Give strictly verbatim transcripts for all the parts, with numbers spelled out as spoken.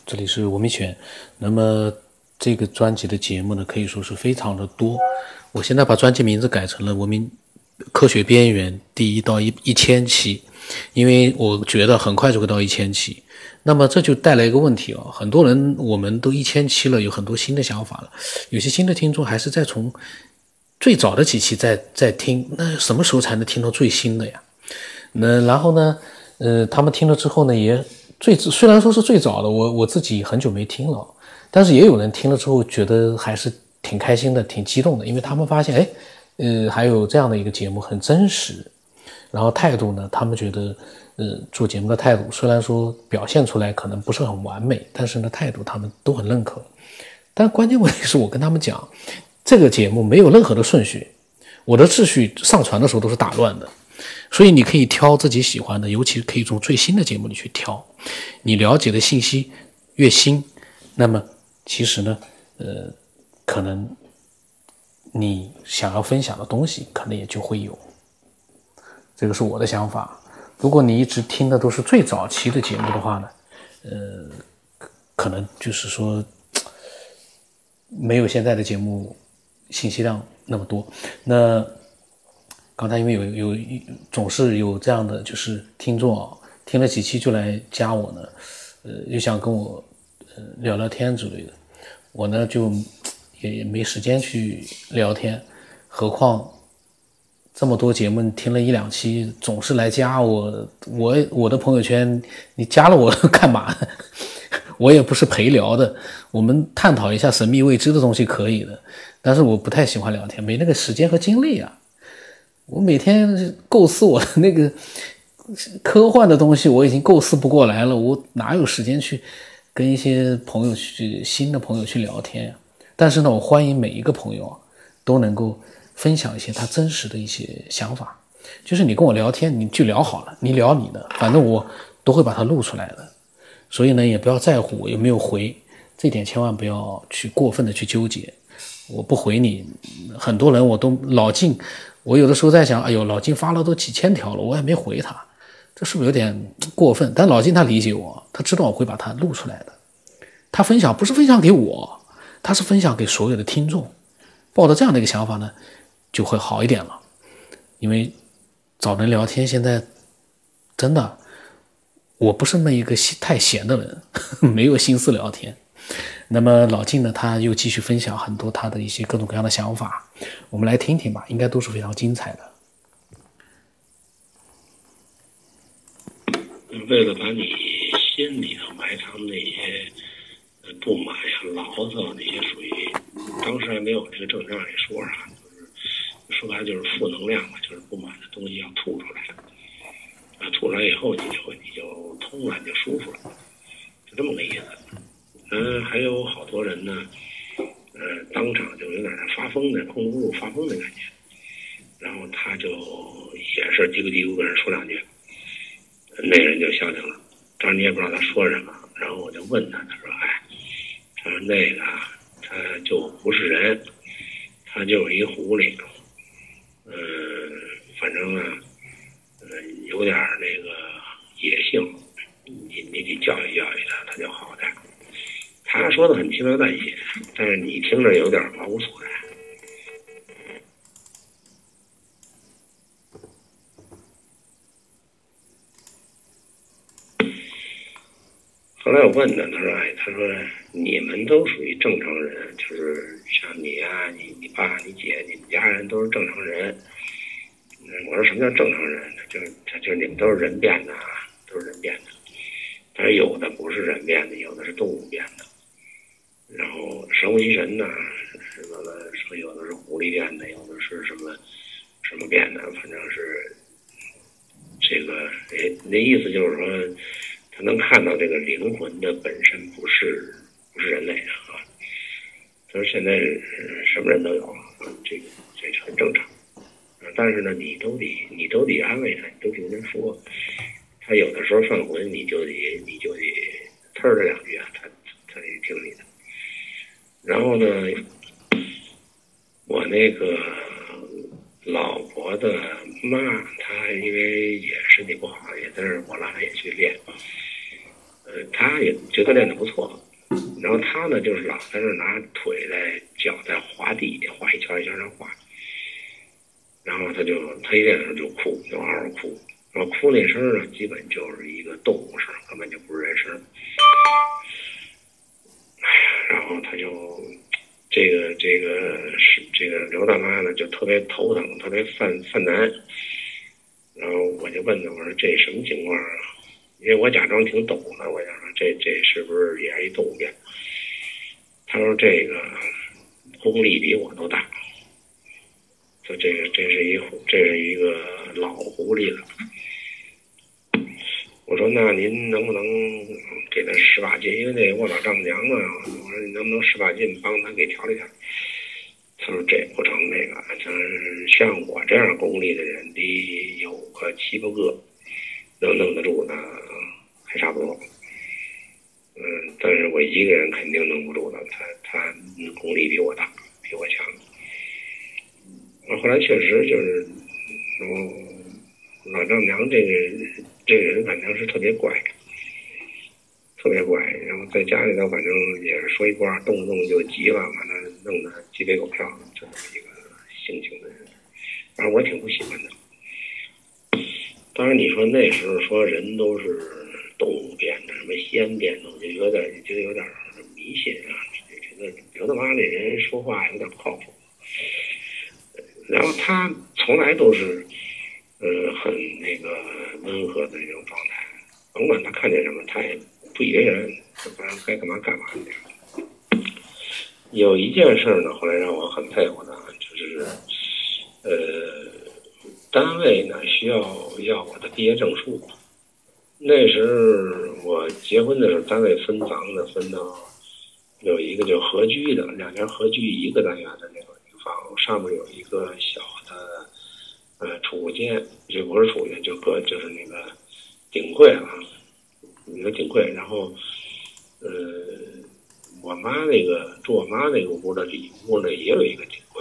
这里是文明犬。那么这个专辑的节目呢，可以说是非常的多。我现在把专辑名字改成了《文明科学边缘》第一到一一千期，因为我觉得很快就会到一千期。那么这就带来一个问题啊、哦，很多人我们都一千期了，有很多新的想法了，有些新的听众还是在从最早的几期在在听，那什么时候才能听到最新的呀？那然后呢，呃，他们听了之后呢，也最虽然说是最早的，我我自己很久没听了，但是也有人听了之后觉得还是挺开心的，挺激动的，因为他们发现，哎，呃，还有这样的一个节目很真实，然后态度呢，他们觉得，呃，做节目的态度虽然说表现出来可能不是很完美，但是呢，态度他们都很认可。但关键问题是我跟他们讲，这个节目没有任何的顺序，我的秩序上传的时候都是打乱的。所以你可以挑自己喜欢的，尤其可以从最新的节目里去挑。你了解的信息越新，那么其实呢，呃，可能你想要分享的东西可能也就会有。这个是我的想法。如果你一直听的都是最早期的节目的话呢，呃，可能就是说没有现在的节目信息量那么多。那刚才因为有有总是有这样的就是听众啊，听了几期就来加我呢，呃，又想跟我呃聊聊天之类的，我呢就也没时间去聊天，何况这么多节目听了一两期，总是来加我，我我的朋友圈你加了我干嘛？我也不是陪聊的，我们探讨一下神秘未知的东西可以的，但是我不太喜欢聊天，没那个时间和精力啊。我每天构思我的那个科幻的东西，我已经构思不过来了，我哪有时间去跟一些朋友去新的朋友去聊天呀？但是呢，我欢迎每一个朋友啊，都能够分享一些他真实的一些想法。就是你跟我聊天，你就聊好了，你聊你的，反正我都会把它录出来的。所以呢，也不要在乎我有没有回，这点千万不要去过分的去纠结。我不回你，很多人我都老晋。我有的时候在想，哎呦，老金发了都几千条了，我也没回他，这是不是有点过分？但老金他理解我，他知道我会把它录出来的。他分享不是分享给我，他是分享给所有的听众。抱着这样的一个想法呢，就会好一点了。因为找人聊天现在真的，我不是那一个太闲的人，没有心思聊天。那么老晋呢，他又继续分享很多他的一些各种各样的想法，我们来听听吧，应该都是非常精彩的。 为了把你心里头埋藏那些不满呀、牢骚那些属于当时还没有这个正向里说啥，就是说白了就是负能量嘛，就是不满的东西要吐出来，啊，吐出来以后你就你就通了，你就舒服了，就这么个意思。嗯，还有好多人呢，呃，当场就有点发疯的，控制不住发疯的感觉，然后他就也是嘀咕嘀咕跟人说两句，那个人就消停了，当然你也不知道他说什么，然后我就问他，他说，哎，他说那个他就不是人，他就是一狐狸，嗯、呃，反正啊，嗯、呃，有点那个野性，你你得教育教育他，他就好点。他说的很轻描淡写，但是你听着有点毛骨悚然。后来我问他，他说：“哎，他说你们都属于正常人，就是像你啊，你你爸、你姐、你们家人都是正常人。”我说：“什么叫正常人呢？就是就是你们都是人变的啊，都是人变的。但是有的不是人变的，有的是动物变的。然后神乎其神呢，什么说有的是狐狸变的，有的是什么什么变的，反正是这个哎，那意思就是说，他能看到这个灵魂的本身不是不是人类啊。他说现在什么人都有，这个这是很正常。但是呢，你都得你都得安慰他，你都得跟他说，他有的时候犯浑，你就得你就得呲他两句啊，他他得听你的。然后呢，我那个老婆的妈，她因为也身体不好，也在这儿，我让她也去练。呃，她他也觉得练得不错，然后他呢就是老在那拿腿在脚在滑地，滑一圈一圈的滑，然后他就他一练的时候就哭，就嗷嗷哭，然后哭那声呢基本就是一个动物声，根本就不是人声。哎呀，然后他就这个这个是这个刘大妈呢就特别头疼，特别犯犯难。然后我就问他，我说这什么情况啊？因为我假装挺懂的，我想说这这是不是也是一动物病？他说这个功力比我都大，说这个这是一这是一个老狐狸了。我说那您能不能给他使把劲？因为那我老丈母娘嘛，我说你能不能使把劲帮他给调理调理？他说这不成，这个就是像我这样功力的人得有个七八个能弄得住的，还差不多。嗯，但是我一个人肯定弄不住的，他他功力比我大，比我强。后来确实就是，嗯，老丈母娘这个这个人反正是特别怪，特别怪。然后在家里头反正也是说一卦，动不动就急了，完了弄得鸡飞狗跳的，这么一个性情的人。反正我挺不喜欢的。当然你说那时候说人都是动物变的，什么仙变的，我就有点觉得有点迷信啊，觉得刘大妈这人说话有点不靠谱。然后他从来都是呃很那个温和的那种状态，甭管他看见什么他也不以为然，反正该干嘛干嘛那样。有一件事呢后来让我很佩服他，就是呃单位呢需要要我的毕业证书。那时候我结婚的时候单位分房子分到有一个就合居的，两家合居一个单元的那种房，上面有一个小的呃储物间，这不是储物间，就搁就是那个顶柜啊，一个顶柜。然后呃我妈那个住我妈那个屋的里屋呢也有一个顶柜，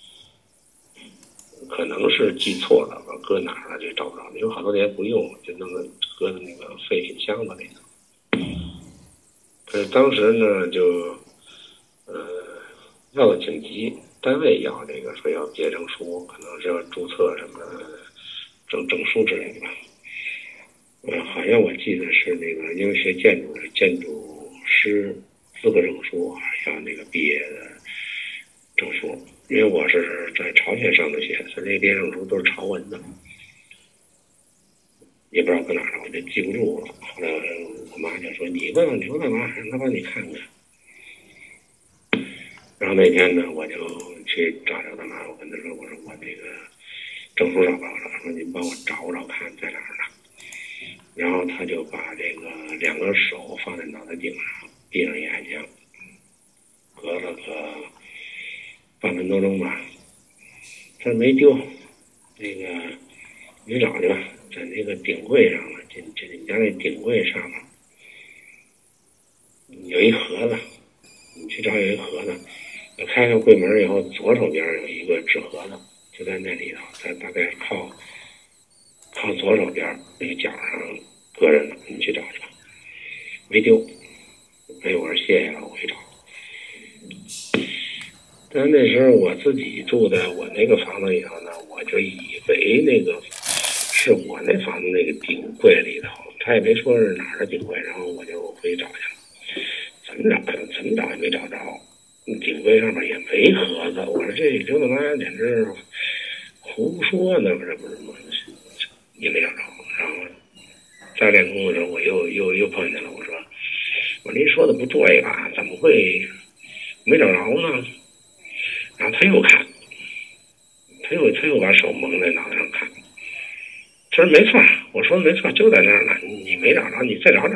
可能是记错了吧，搁哪儿了就找不着，因为好多年不用，就弄个搁在那个废品箱子里头。可是当时呢就呃要的紧急，单位要这个说要毕业证书，可能是要注册什么证证书之类的吧。呃，好像我记得是那个，因为学建筑的建筑师资格证书，还要那个毕业的证书。因为我是在朝鲜上的学，所以那毕业证书都是朝文的，也不知道搁哪儿了，我就记不住了。后来我妈就说：“你问问刘大妈，让她帮你看看。”然后那天呢，我就去找刘大妈，我跟她说：“我说我这个证书找不着了，说您帮我找找看在哪儿呢。”然后他就把这个两个手放在脑袋顶上，闭上眼睛，隔了个半分多钟吧，他没丢，那个你找去吧，在那个顶柜上了，这这你家那顶柜上面有一盒子，你去找有一盒子，开开柜门以后，左手边有一个纸盒子，就在那里头，在大概靠靠左手边那个角上搁着呢，你去找去吧，没丢。哎，我说谢谢了，我去找。但那时候我自己住在我那个房子里头呢，我就以为那个是我那房子那个顶柜里头，他也没说是哪儿的顶柜，然后我就回去找去了。怎么找怎么找也没找着，顶柜上面也没盒子。我说这刘大妈简直胡说呢，不是不是吗？也没找着。然后在练功的时候，我又又又碰见了，我说我您说的不对吧？怎么会没找着呢？然后他又看，他又他又把手蒙在脑袋上看。他说没错，我说没错，就在那儿呢，你没找着，你再找找。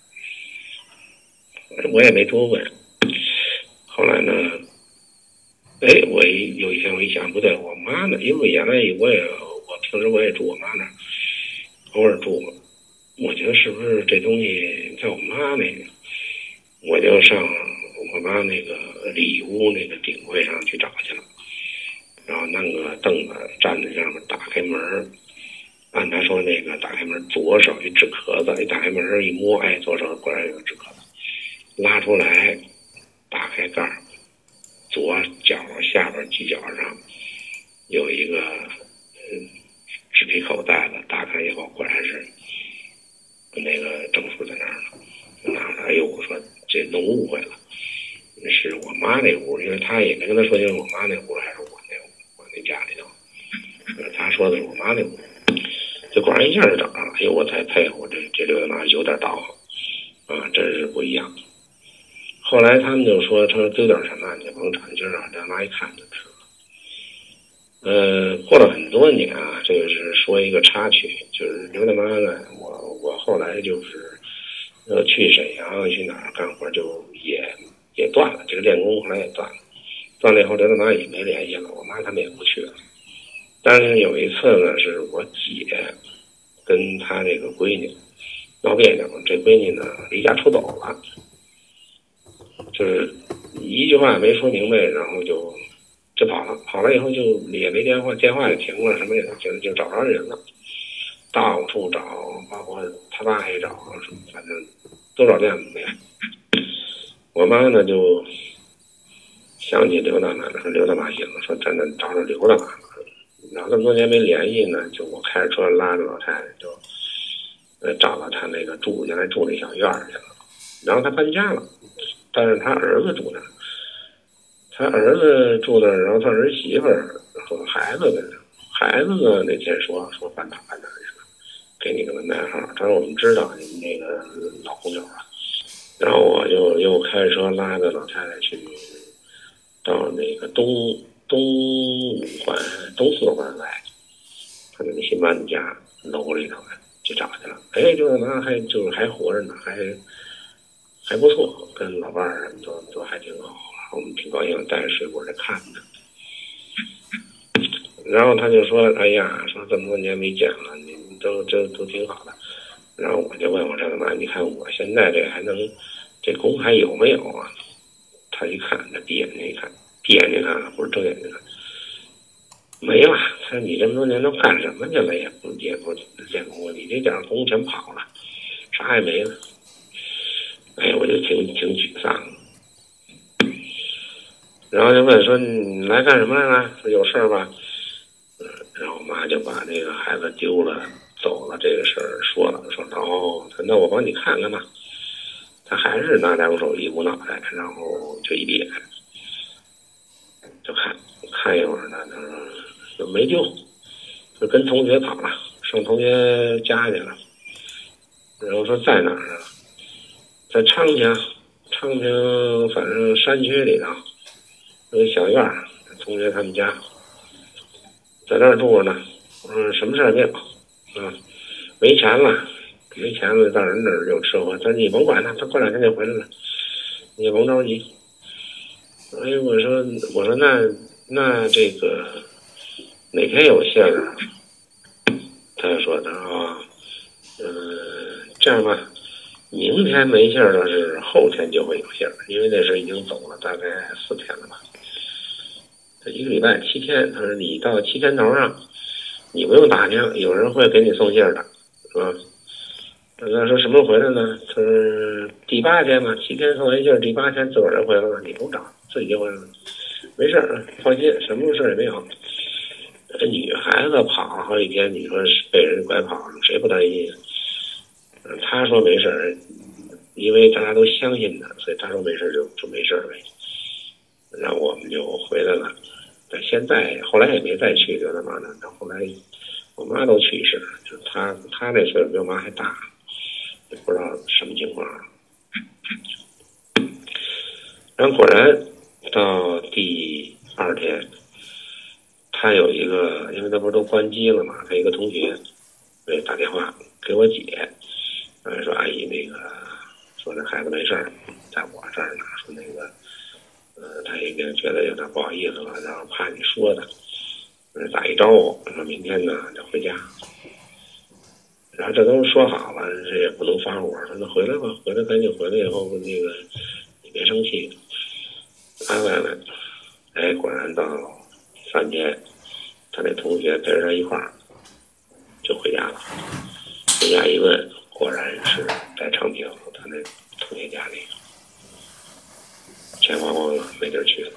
我也没多问。后来呢，哎，我有一天我一想，不对，我妈呢？因为原来我也我平时我也住我妈那儿，偶尔住。我觉得是不是这东西在我妈那个，我就上我妈那个里屋那个顶柜上去找去了，然后弄个凳子站在上面，打开门， 按他说那个打开门，左手一纸壳子，一打开门一摸，哎，左手果然有纸壳子，拉出来，打开盖儿，左脚下边犄角上有一个嗯纸皮口袋子，打开以后果然是那个证书在那儿呢。拿着，哎呦，我说这弄误会了，是我妈那屋，因为他也没跟他说清楚我妈那屋还是我那屋，我那家里头，他说的是我妈那屋，就果然一下就找着了。哎呦，我才佩服这这刘大妈有点道行啊，真是不一样。后来他们就说，他说丢点什么，你甭找，你就让刘大妈一看就知道了。呃，过了很多年啊，这个是说一个插曲，就是刘大妈呢，我我后来就是呃去沈阳去哪儿干活就也也断了，这个练功后来也断了，断了以后刘大妈也没联系了，我妈他们也不去了。但是有一次呢，是我姐跟她这个闺女闹别扭，这闺女呢离家出走了，就是一句话也没说明白，然后就就跑了，跑了以后就也没电话，电话也停了，什么也就就找不着人了，到处找，包括他爸也找，反正都找遍没有。我妈呢就想起刘大妈了，说刘大妈行，说真的找找刘大妈。然后这么多年没联系呢，就我开着车拉着老太太就呃找到她那个住原来住那小院去了。然后她搬家了，但是她儿子住那儿，他儿子住那儿，然后他儿媳妇儿和孩子跟着。孩子呢那天说说搬哪搬哪去了，给你个门牌号，他说我们知道你们那个老朋友了。然后我就又开车拉着老太太去到那个东东五环东四环来，他那个新搬的家楼里头去找去了。哎，就是他还就是还活着呢，还还不错，跟老伴儿都都还挺好，我们挺高兴，带着水果来看他。然后他就说：“哎呀，说这么多年没见了，你们都都都挺好的。”然后我就问我这个妈，你看我现在这还能这功还有没有啊？他一看，他闭眼睛一看，闭眼睛看，不是睁眼睛看，没了。他说你这么多年都干什么去了？也不也不练功，你这点功全跑了，啥也没了。哎，我就挺挺沮丧的。然后就问说你来干什么来了？说有事儿吧？嗯，然后我妈就把这个孩子丢了走了这个事儿说了，说哦，那我帮你看看吧。他还是拿两手一捂脑袋，然后就一闭眼就看看一会儿呢，他说没丢，就跟同学跑了，上同学家去了。然后说在哪儿啊？在昌平，昌平反正山区里头有个小院儿，同学他们家在那儿住着呢。我说什么事儿没有啊？没钱了，没钱了，到人那儿有吃喝。他说你甭管他，他过两天就回来了，你也甭着急。哎，我说我说那那这个哪天有信儿啊？他就说他说嗯、呃，这样吧，明天没信儿的是后天就会有信儿，因为那时已经走了大概四天了吧。一个礼拜七天，他说你到七天头上，你不用打听，有人会给你送信儿的，是吧？他说什么时候回来呢？他说第八天嘛，七天送完信儿，第八天自个儿人回来了，你不找，自己就回来了，没事儿，放心，什么事儿也没有。这女孩子跑了好几天，你说被人拐跑，谁不担心？他说没事儿，因为大家都相信他，所以他说没事就就没事呗。然后我们就回来了。但现在后来也没再去刘大妈那，到后来我妈都去世了，就他他那岁数比我妈还大，也不知道什么情况。然后果然到第二天，他有一个，因为他不是都关机了嘛，他一个同学给打电话给我姐，说阿姨那个说那孩子没事儿，在我这儿呢，说那个呃他也觉得有点不好意思了，然后怕你说的，打一招呼，说明天呢就回家。然后这都说好了，这也不能发火，说那回来吧，回来赶紧回来以后那个你别生气，安慰安慰。哎，果然到三天，他那同学陪着他一块儿就回家了。回家一问，果然是在昌平他那同学家里，钱花光了，没地儿去了。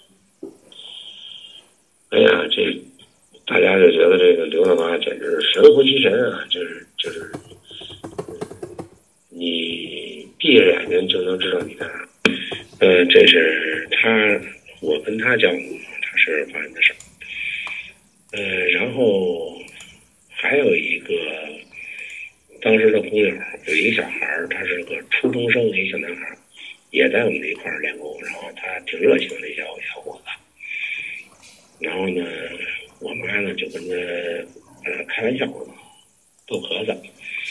哎呀，这大家就觉得这个刘大妈简直是神乎其神啊！就是就是，你闭着眼睛就能知道你在哪儿。呃，这是他，我跟他交往，他是发生的事儿。呃，然后还有一个当时的朋友，有一个小孩儿，他是个初中生，一个小男孩，也在我们这一块儿练功，然后他挺热情的一小小伙子。然后呢，我妈呢就跟他呃开玩笑逗咳嗽。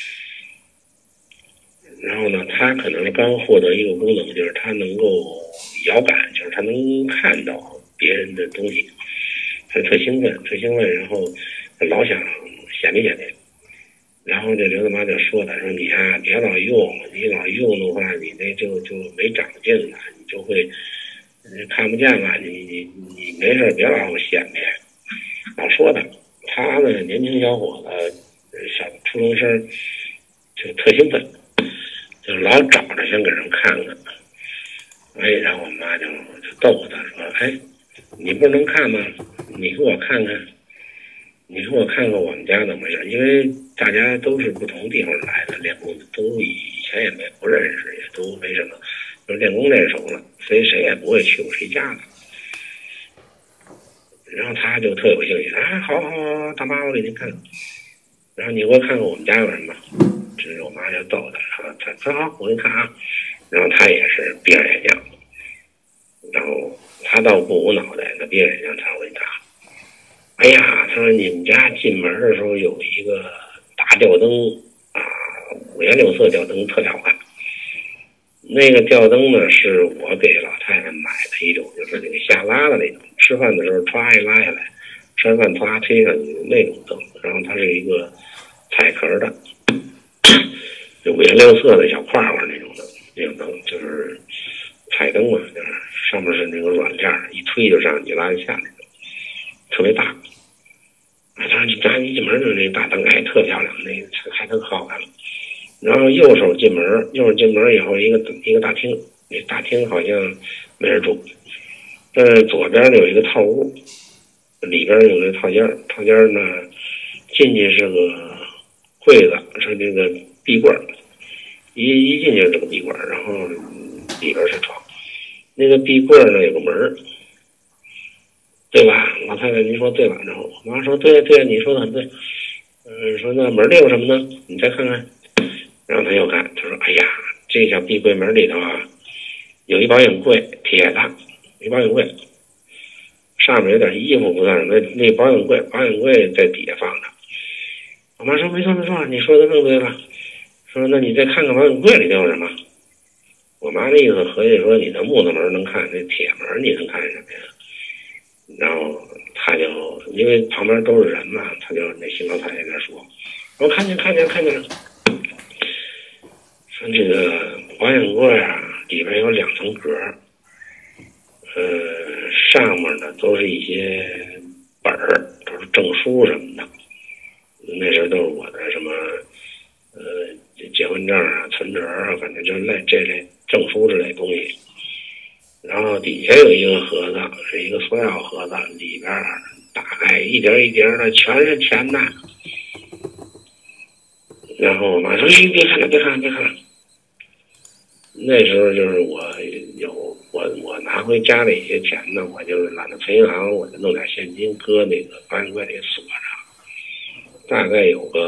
然后呢，他可能是刚获得一个功能，就是他能够遥感，就是他能看到别人的东西，他特兴奋，特兴奋，然后老想显摆显摆。然后这刘大妈就说他说你啊别老用，你老用的话，你那就就没长进了，你就会看不见了，你你你没事别老显摆，老说他。他呢年轻小伙子，小初中生，就特兴奋。就老找着想给人看看，哎，然后我妈就就逗他说：“哎，你不是能看吗？你给我看看，你给我看看我们家怎么回事？因为大家都是不同地方来的练功的，都以前也没不认识，也都没什么，就是练功练熟了，所以谁也不会去过谁家的。”然后他就特有兴趣，啊，好好好，大妈，我给您看。然后你给我看看我们家有什么。这是我妈就逗他，说他说好，我给你看啊。然后他也是闭上眼睛，然后他倒不捂脑袋，他闭上眼睛，他我给你看。哎呀，他说你们家进门的时候有一个大吊灯啊，五颜六色吊灯特别好看。那个吊灯呢，是我给老太太买的一种，就是那个下拉的那种，吃饭的时候歘一拉下来，吃完饭歘推上去那种灯。然后它是一个彩壳的。就五颜六色的小块块那种的，那种灯就是彩灯嘛，就是上面是那个软件，一推就上，一拉就下那种，特别大。啊，他说你咱一进门就是那大灯，哎，特漂亮，那个还特好看了。然后右手进门，右手进门以后一个一个大厅，那大厅好像没人住。呃，左边有一个套屋，里边有个套间，套间呢进去是个柜子，是那个壁柜，一一进就是这个壁柜，然后里边是床，那个壁柜呢有个门，对吧？老太太您说对吧？然后我妈说对对，你说的很对。嗯，说那门里有什么呢？你再看看。然后他又看，他说哎呀，这小壁柜门里头啊，有一保险柜，铁的，一保险柜，上面有点衣服不算什么，那保险柜保险柜在底下放着。我妈说没错没错，你说的更对了。说那你再看看保险柜里头有什么？我妈的意思合计说你的木头门能看，那铁门你能看什么呀？然后他就因为旁边都是人嘛，他就那新老太太在说，我看见看见看见了。说这个保险柜啊，里边有两层格，呃，上面呢都是一些本儿，都是证书什么的。那时候都是我的什么，呃，结婚证啊、存折啊，反正就是类这类证书之类东西。然后底下有一个盒子，是一个塑料盒子，里边打开一叠一叠的全是钱呐。然后我妈说：“你别看了，别看了，别看了。”那时候就是我有我我拿回家里一些钱呢，我就懒得存银行，我就弄点现金搁那个保险柜里锁着，大概有个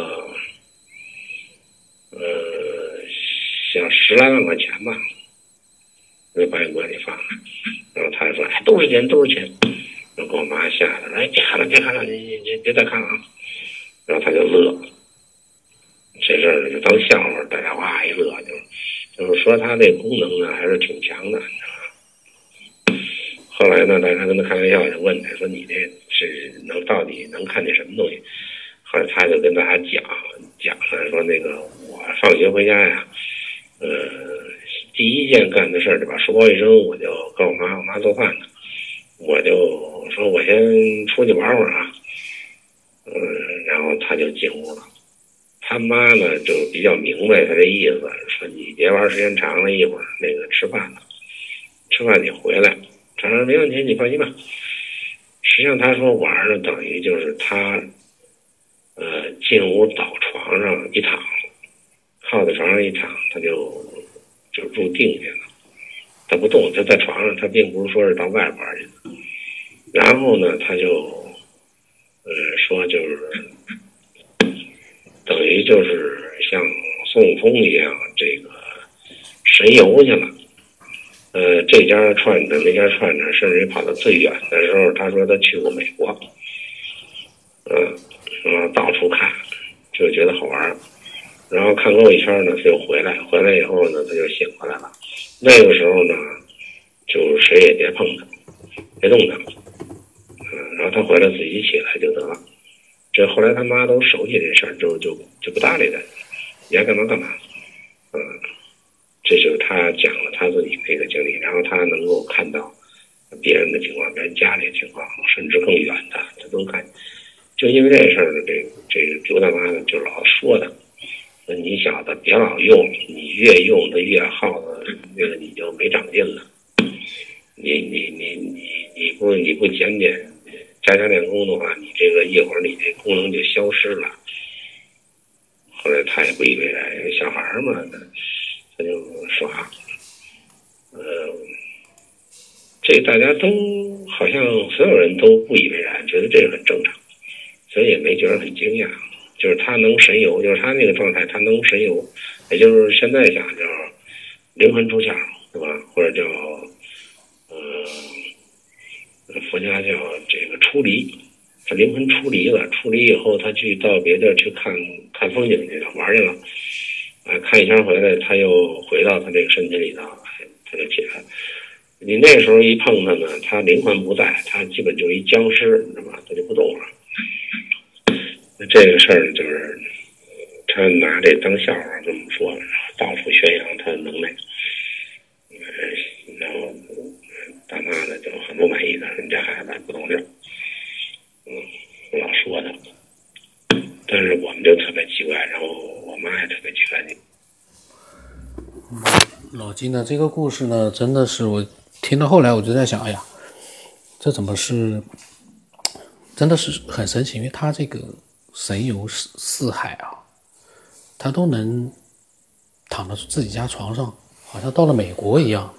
呃小十来万块钱吧，在保险柜里放着。然后他就说：“哎，都是钱，都是钱。”然后给我妈吓得：“哎，别看了，别看了，你你你别再看了啊！”然后他就乐，这事儿就当笑话，大家哇一乐就。就是说他这功能呢还是挺强的，你知道吧？后来呢，大家跟他开玩笑就问他说：“你这是能到底能看见什么东西？”后来他就跟大家讲讲了说：“那个我放学回家呀，呃，第一件干的事儿就把书包一扔，我就跟我妈，我妈做饭呢，我就说我先出去玩会儿啊。”嗯，然后他就就进屋了。他妈呢就比较明白他这意思，说你别玩时间长了，一会儿那个吃饭了，吃饭你回来。他说没问题，你放心吧。实际上他说玩呢，等于就是他呃进屋倒床上一躺，靠在床上一躺，他就就入定去了。他不动，他在床上，他并不是说是到外边去的。然后呢，他就呃说就是等于就是像孙悟空一样，这个神游去了。呃，这家串着，那家串着，甚至于跑到最远的时候，他说他去过美国，嗯、呃，然后到处看，就觉得好玩。然后看够一圈呢，他就回来，回来以后呢，他就醒过来了。那个时候呢，就谁也别碰他，别动他，嗯，然后他回来自己起来就得了。这后来他妈都熟悉这事儿，就就就不搭理他，你爱干嘛干嘛，嗯。这就是他讲了他自己的一个经历，然后他能够看到别人的情况，别人家里的情况，甚至更远的，他都看。就因为这事儿呢，这这个刘大妈呢就老说他，说你小子别老用，你越用的越耗的，那个你就没长进了。你你你你你不你不检点加强练功的话，你这个一会儿你这功能就消失了。后来他也不以为然，小孩嘛。他就耍，呃，这大家都好像所有人都不以为然，觉得这个很正常，所以也没觉得很惊讶。就是他能神游，就是他那个状态，他能神游，也就是现在讲叫灵魂出窍，对吧？或者叫呃，佛家叫这个出离，他灵魂出离了，出离以后他去到别地去看看风景去了，玩去了。啊，看一圈回来，他又回到他这个身体里头，他就起来。你那时候一碰他呢，他灵魂不在，他基本就是一僵尸，你知道吗？他就不动了。那这个事儿就是他拿这当笑话这么说，到处宣扬他的能耐。嗯，然后大妈呢就很不满意的，人家孩子不懂事，嗯，老说他。但是我们就特别奇怪，然后我妈也特别奇怪你。 老金的这个故事呢，真的是我听到后来我就在想，哎呀，这怎么是真的是很神奇，因为他这个神游四四海啊，他都能躺到自己家床上，好像到了美国一样。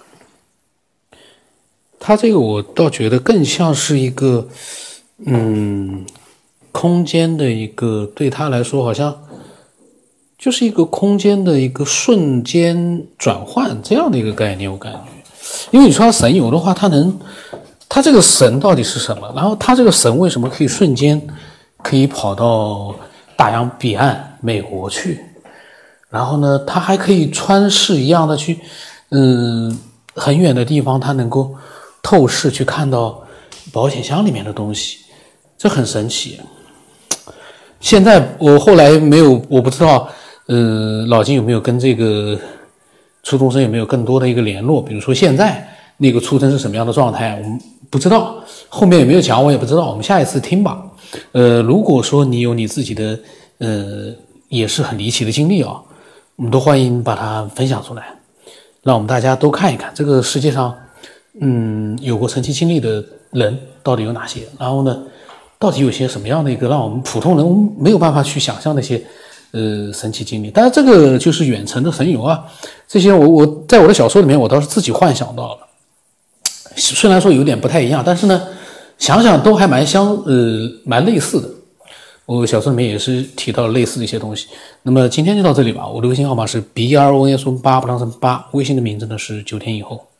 他这个我倒觉得更像是一个嗯空间的一个，对他来说好像就是一个空间的一个瞬间转换这样的一个概念，我感觉。因为你说他神游的话，他能，他这个神到底是什么？然后他这个神为什么可以瞬间可以跑到大洋彼岸美国去？然后呢，他还可以穿视一样的去，嗯，很远的地方，他能够透视去看到保险箱里面的东西，这很神奇。现在我后来没有，我不知道，呃，老金有没有跟这个初中生有没有更多的一个联络？比如说现在那个初生是什么样的状态，我们不知道，后面有没有讲我也不知道，我们下一次听吧。呃，如果说你有你自己的，呃，也是很离奇的经历啊，我们都欢迎把它分享出来，让我们大家都看一看这个世界上，嗯，有过神奇经历的人到底有哪些，然后呢，到底有些什么样的一个让我们普通人没有办法去想象的一些呃神奇经历。但是这个就是远程的神游啊，这些我我在我的小说里面我倒是自己幻想到了，虽然说有点不太一样，但是呢想想都还蛮相呃蛮类似的。我小说里面也是提到类似的一些东西。那么今天就到这里吧，我的微信号码是 B R O S 八不当成八，微信的名字呢是九天以后。